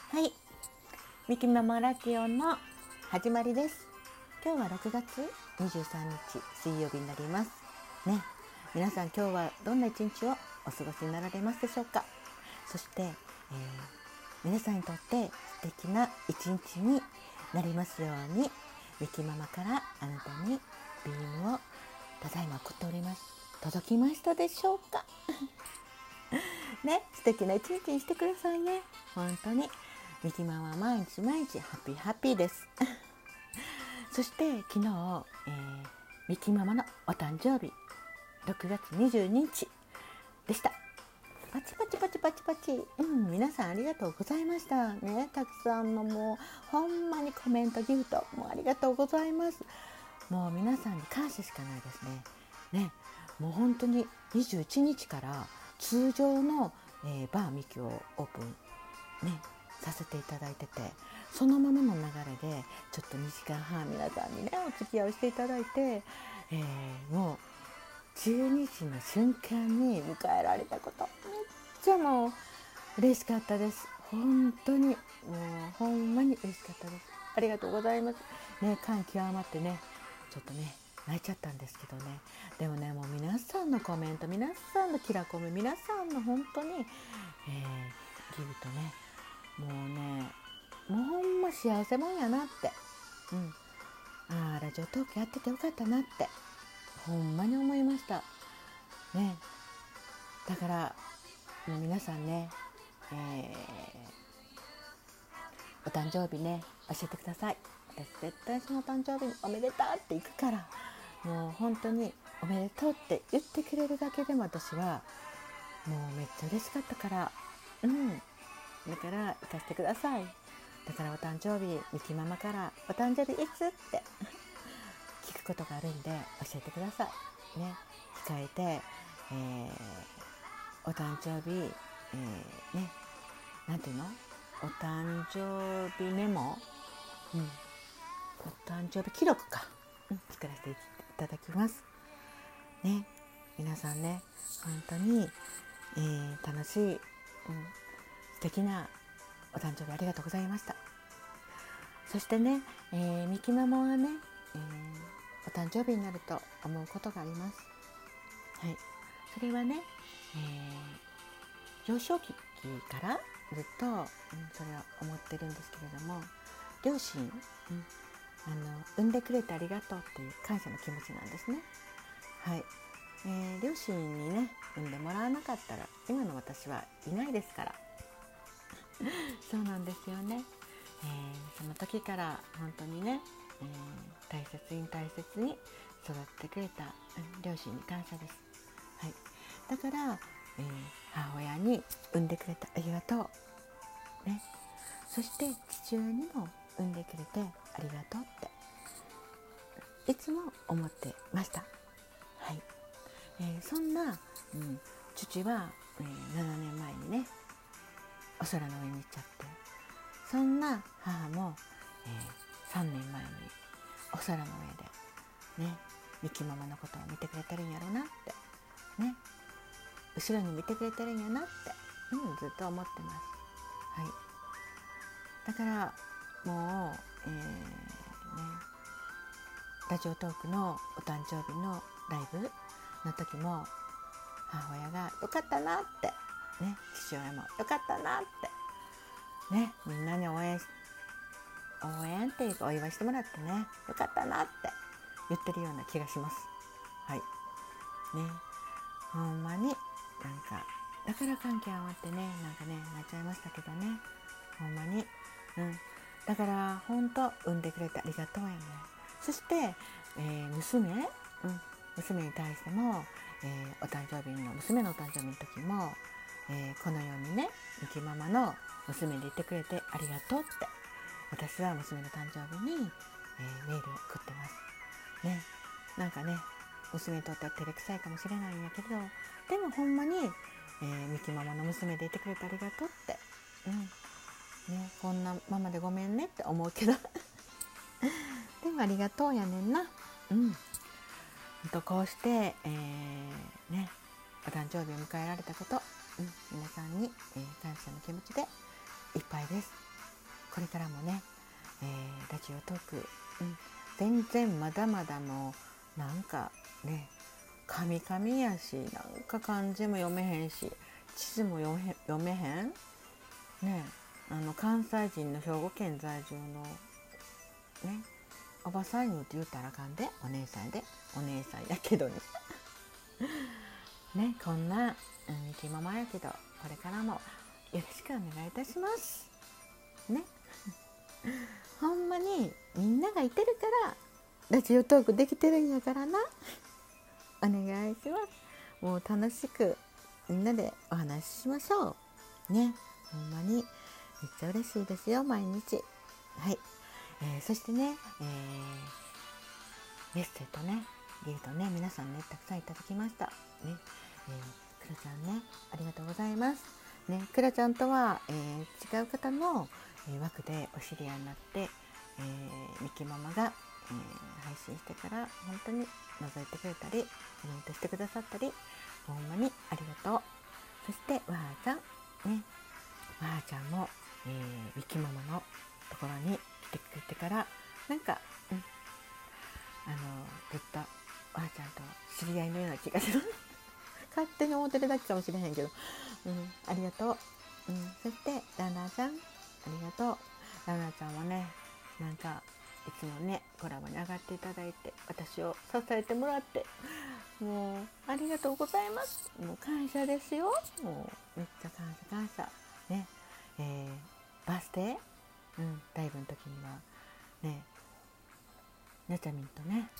はい、ミキママラジオの始まりです。今日は6月23日水曜日になりますね。皆さん今日はどんな一日をお過ごしになられますでしょうか。そして、皆さんにとって素敵な一日になりますように、ミキママからあなたにビームをただいま送っております。届きましたでしょうかね、素敵な一日にしてくださいね。本当にミキママは毎日毎日ハッピーですそして昨日、ミキママのお誕生日6月22日でした。パチパチパチパチパチ、皆さんありがとうございましたね。たくさんのもうほんまにコメントギフトもうありがとうございます。もう皆さんに感謝しかないですね。もう本当に21日から通常の、バーミキをオープンねさせていただいてて、そのままの流れでちょっと2時間半皆さんにねお付き合いをしていただいて、もう12時の瞬間に迎えられたこと、めっちゃもう嬉しかったです。本当にもうほんまに嬉しかったです。ありがとうございますね。感極まってねちょっとね泣いちゃったんですけどね。でもねもう皆さんのコメント、皆さんのキラコメ、皆さんの本当に、ギフトね、もうねもうほんま幸せもんやなって、ラジオトークやっててよかったなってほんまに思いましたね。だからもう皆さんね、お誕生日ね教えてください。私絶対その誕生日におめでとうって行くから、もう本当におめでとうって言ってくれるだけでも私はもうめっちゃ嬉しかったから、だから行かせてください。だからお誕生日ミキママからお誕生日いつって聞くことがあるんで教えてくださいね。控えて、お誕生日、なんていうの、お誕生日メモ、お誕生日記録か、作らせていただきますね。皆さんね本当に、楽しい、素敵なお誕生日ありがとうございました。そしてね、ミキママはね、お誕生日になると思うことがあります。はい、それはね、幼少期からずっと、それは思ってるんですけれども、両親、産んでくれてありがとうっていう感謝の気持ちなんですね。はい、両親にね産んでもらわなかったら今の私はいないですからそうなんですよね。その時から本当にね、大切に育ってくれた、両親に感謝です。はい、だから、母親に産んでくれてありがとう、ね、そして父親にも産んでくれてありがとうっていつも思ってました。はい、そんな、父は、7年前にねお空の上に行っちゃって、そんな母も、3年前にお空の上でねミキママのことを見てくれてるんやろうなってね、後ろに見てくれてるんやなって、ずっと思ってます。はい、だからもう、ラジオトークのお誕生日のライブの時も母親がよかったなって、父親もよかったなってね、みんなに応援っていうかお祝いしてもらってねよかったなって言ってるような気がします。はいね、ほんまにだから感極まってねなっちゃいましたけどね、ほんまに、だから本当産んでくれてありがとうやね。そして、娘に対しても、娘のお誕生日の時も、このようにねミキママの娘でいてくれてありがとうって私は娘の誕生日に、メールを送ってますね。娘にとっては照れくさいかもしれないんやけど、でもほんまに、ミキママの娘でいてくれてありがとうって、こんなママでごめんねって思うけどでもありがとうやねんな。こうして、お誕生日を迎えられたこと、皆さんに、感謝の気持ちでいっぱいです。 これからもね、ラジオトーク、全然まだまだもうなんかねカミカミやし、なんか漢字も読めへんし地図も読めへんね。関西人の兵庫県在住のねおばさん言うて言うたらあかんで、お姉さんで、お姉さんやけどねね、こんなミキママやけど、これからもよろしくお願いいたしますねほんまにみんながいてるからラジオトークできてるんやからなお願いします。もう楽しくみんなでお話ししましょうね。ほんまにめっちゃ嬉しいですよ、毎日。はい、そしてね、メッセとねリードね、皆さんねたくさんいただきましたね。くらちゃんね、ありがとうございますね。くらちゃんとは、違う方の、枠でお知り合いになって、ミキママが、配信してから本当に覗いてくれたりコメントしてくださったり、ほんまにありがとう。そしてわーちゃんね、わーちゃんも、ミキママのところに来てくれてからなんか、ずっとわーちゃんと知り合いのような気がする勝手に思ってるだけかもしれへんけど、ありがとう、そしてランナーちゃんありがとう。ランナーちゃんはね、なんかいつもねコラボに上がっていただいて私を支えてもらって、もうありがとうございます。もう感謝ですよ。もうめっちゃ感謝ね。バースデー、ライブの時にはね、なちゃみんとね、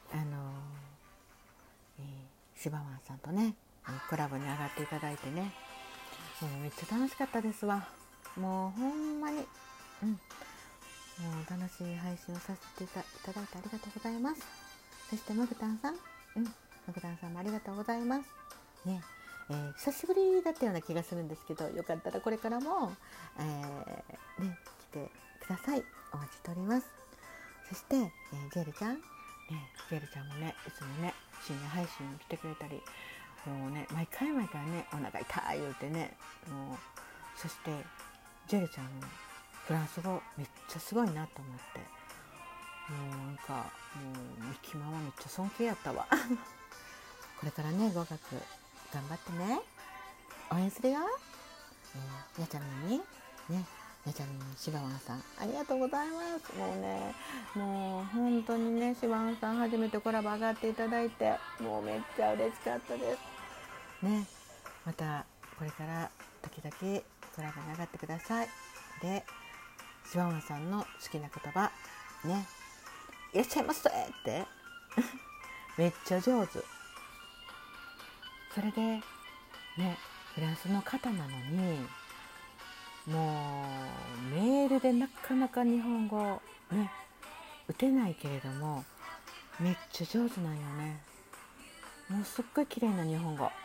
シバワンさんとねコラボに上がっていただいてね、もうめっちゃ楽しかったですわ。もうほんまに、もう楽しい配信をさせていただいてありがとうございます。そしてマグタンさん、マグタンさんもありがとうございますね。久しぶりだったような気がするんですけど、よかったらこれからも、来てください。お待ちしております。そして、ジェルちゃん、ジェルちゃんもねいつもね深夜配信に来てくれたり、もうね毎回ねお腹痛い言うてね、もうそしてジェルちゃんのフランス語めっちゃすごいなと思って、もうなんかもうミキママめっちゃ尊敬やったわこれからね語学頑張ってね、応援するよ。やちゃみにね、やちゃみにシバワンさんありがとうございます。もうね、もう本当にね、シバワンさん初めてコラボ上がっていただいて、もうめっちゃ嬉しかったですね。またこれから時々コラボに上がってください。で、シバワンさんの好きな言葉ね、いらっしゃいませってめっちゃ上手。それでね、フランスの方なのにもうメールでなかなか日本語ね打てないけれどもめっちゃ上手なんよね。もうすっごい綺麗な日本語。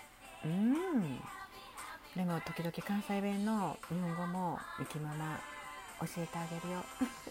でも時々関西弁の日本語もミキママ教えてあげるよ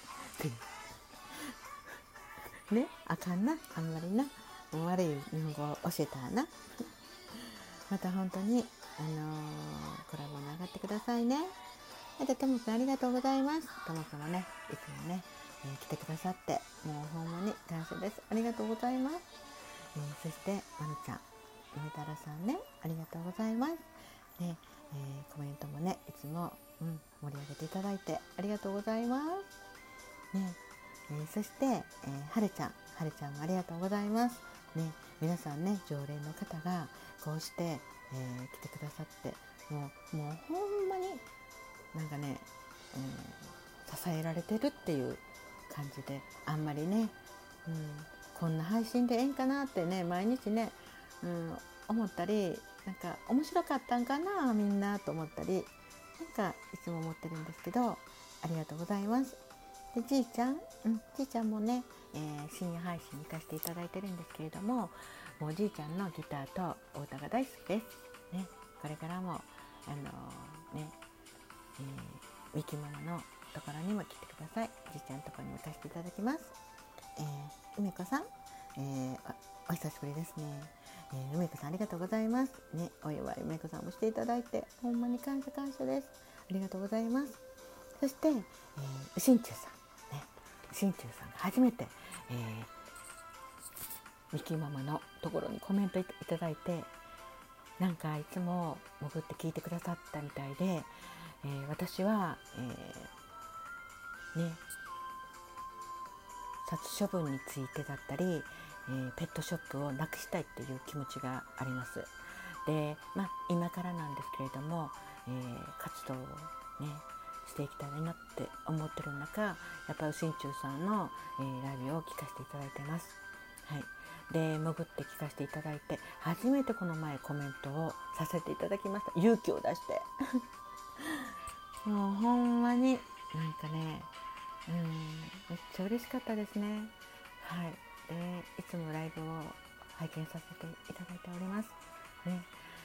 ね、あかんな、あんまりな悪い日本語を教えたらなまた本当にコラボに上がってくださいね。またともくんありがとうございます。ともくんもねいつもね、来てくださってもうほんまに感謝です。ありがとうございます。そしてまるちゃん、ゆめたらさんね、ありがとうございますね。コメントもねいつも、盛り上げていただいてありがとうございますね。そして、はるちゃんもありがとうございますね。皆さんね常連の方がこうして、来てくださってもうほんまになんかね、支えられてるっていう感じで、あんまりね、こんな配信でええんかなってね毎日ね、思ったり、なんか面白かったんかなみんなと思ったり、なんかいつも思ってるんですけど、ありがとうございます。でじいちゃんもね、深夜配信に行かせていただいてるんですけれども、もうじいちゃんのギターとお歌が大好きですね。これからもミキママのところにも来てください。じいちゃんのところにも行かせていただきます。梅子さん、お久しぶりですね。梅子さんありがとうございますね。お祝い梅子さんもしていただいてほんまに感謝です。ありがとうございます。 そして、うしんちゅうさんね、うしんちゅうさんが初めて、ミキママのところにコメントいただいて、なんかいつも潜って聞いてくださったみたいで、私は、殺処分についてだったり、ペットショップをなくしたいっていう気持ちがあります。で、今からなんですけれども、活動をねしていきたいなって思ってる中、やっぱり心中さんの、ライブを聞かせていただいてます。はい。で、潜って聞かせていただいて、初めてこの前コメントをさせていただきました。勇気を出してもうほんまになんかね、めっちゃ嬉しかったですね。はい。で、いつもライブを拝見させていただいておりますね。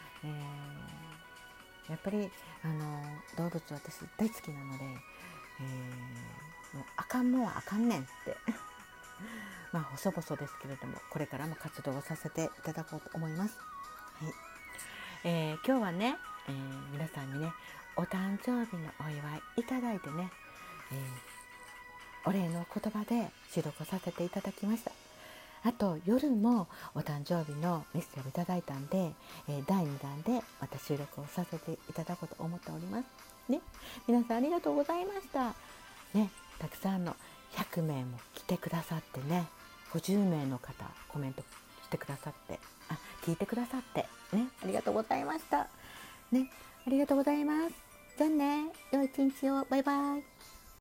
やっぱり動物私大好きなので、もうあかんもんはあかんねんって細々ですけれども、これからも活動をさせていただこうと思います。はい。今日はね、皆さんにねお誕生日のお祝いいただいてね、お礼の言葉で収録をさせていただきました。あと夜もお誕生日のメッセージをいただいたんで、第2弾でまた収録をさせていただこうと思っておりますね。皆さんありがとうございましたね。たくさんの100名も来てくださってね、50名の方コメントしてくださって、聞いてくださってね、ありがとうございましたね。ありがとうございます。じゃあね、良い一日を。バイバイ。